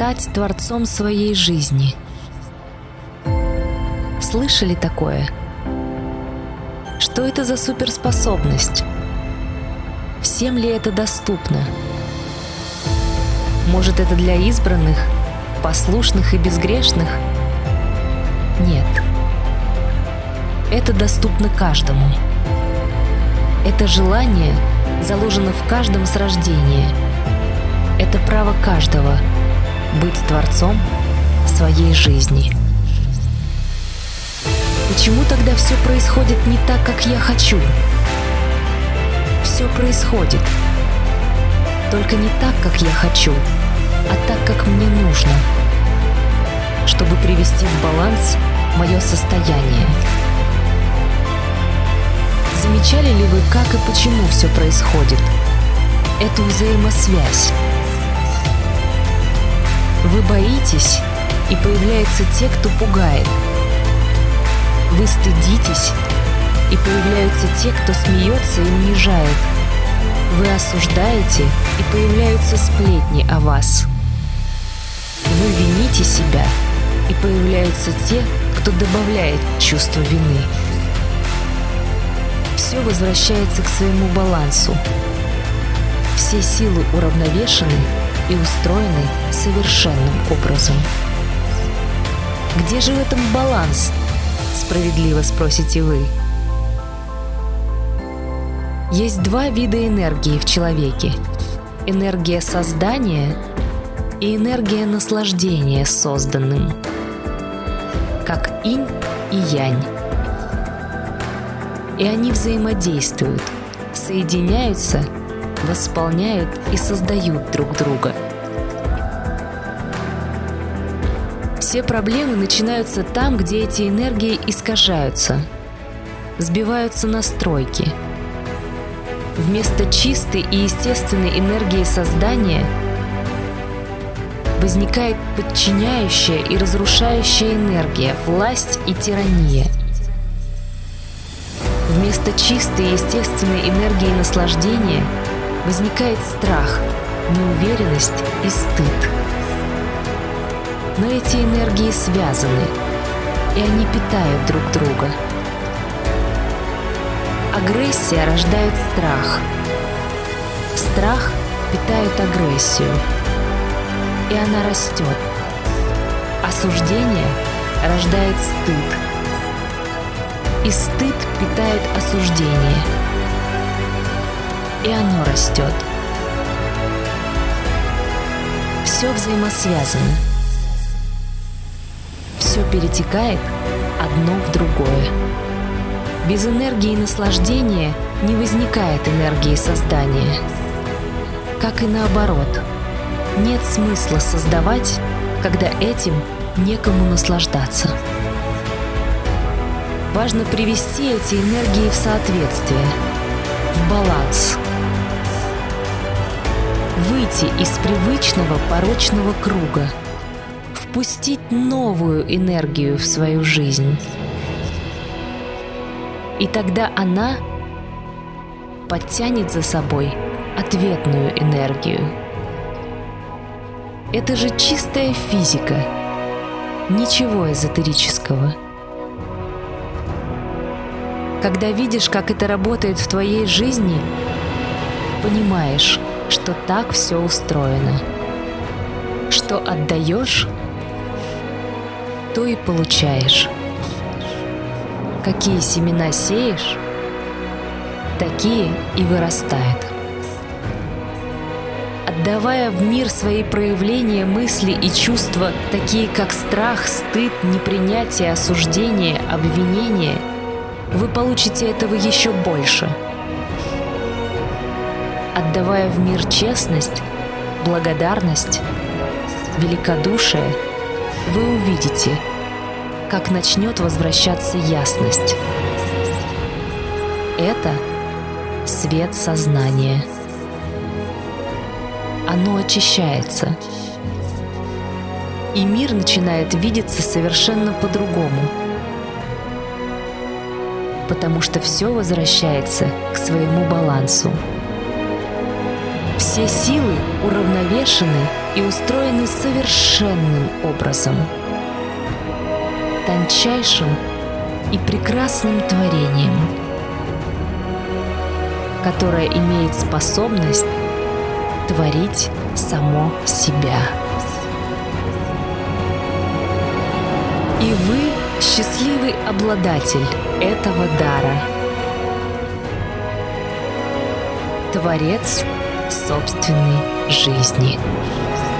стать творцом своей жизни. Слышали такое? Что это за суперспособность? Всем ли это доступно? Может, это для избранных, послушных и безгрешных? Нет. Это доступно каждому. Это желание заложено в каждом с рождения. Это право каждого быть творцом своей жизни. Почему тогда все происходит не так, как я хочу? Все происходит, только не так, как я хочу, а так, как мне нужно, чтобы привести в баланс мое состояние. Замечали ли вы, как и почему все происходит? Эту взаимосвязь. Вы боитесь, и появляются те, кто пугает. Вы стыдитесь, и появляются те, кто смеется и унижает. Вы осуждаете, и появляются сплетни о вас. Вы вините себя, и появляются те, кто добавляет чувство вины. Все возвращается к своему балансу. Все силы уравновешены и устроены совершенным образом. Где же в этом баланс? Справедливо спросите вы. Есть два вида энергии в человеке: энергия создания и энергия наслаждения созданным, как инь и янь. И они взаимодействуют, соединяются, восполняют и создают друг друга. Все проблемы начинаются там, где эти энергии искажаются, сбиваются настройки. Вместо чистой и естественной энергии создания возникает подчиняющая и разрушающая энергия, власть и тирания. Вместо чистой и естественной энергии наслаждения возникает страх, неуверенность и стыд. Но эти энергии связаны, и они питают друг друга. Агрессия рождает страх. Страх питает агрессию, и она растет. Осуждение рождает стыд, и стыд питает осуждение, и оно растет. Все взаимосвязано. Все перетекает одно в другое. Без энергии наслаждения не возникает энергии создания. Как и наоборот, нет смысла создавать, когда этим некому наслаждаться. Важно привести эти энергии в соответствие, в баланс. Выйти из привычного порочного круга, впустить новую энергию в свою жизнь. И тогда она подтянет за собой ответную энергию. Это же чистая физика, ничего эзотерического. Когда видишь, как это работает в твоей жизни, понимаешь, что так все устроено. Что отдаешь, то и получаешь. Какие семена сеешь, такие и вырастают. Отдавая в мир свои проявления, мысли и чувства, такие как страх, стыд, непринятие, осуждение, обвинение, вы получите этого еще больше. Отдавая в мир честность, благодарность, великодушие, вы увидите, как начнет возвращаться ясность. Это свет сознания. Оно очищается. И мир начинает видеться совершенно по-другому. Потому что все возвращается к своему балансу. Все силы уравновешены и устроены совершенным образом, тончайшим и прекрасным творением, которое имеет способность творить само себя. И вы счастливый обладатель этого дара, творец собственной жизни.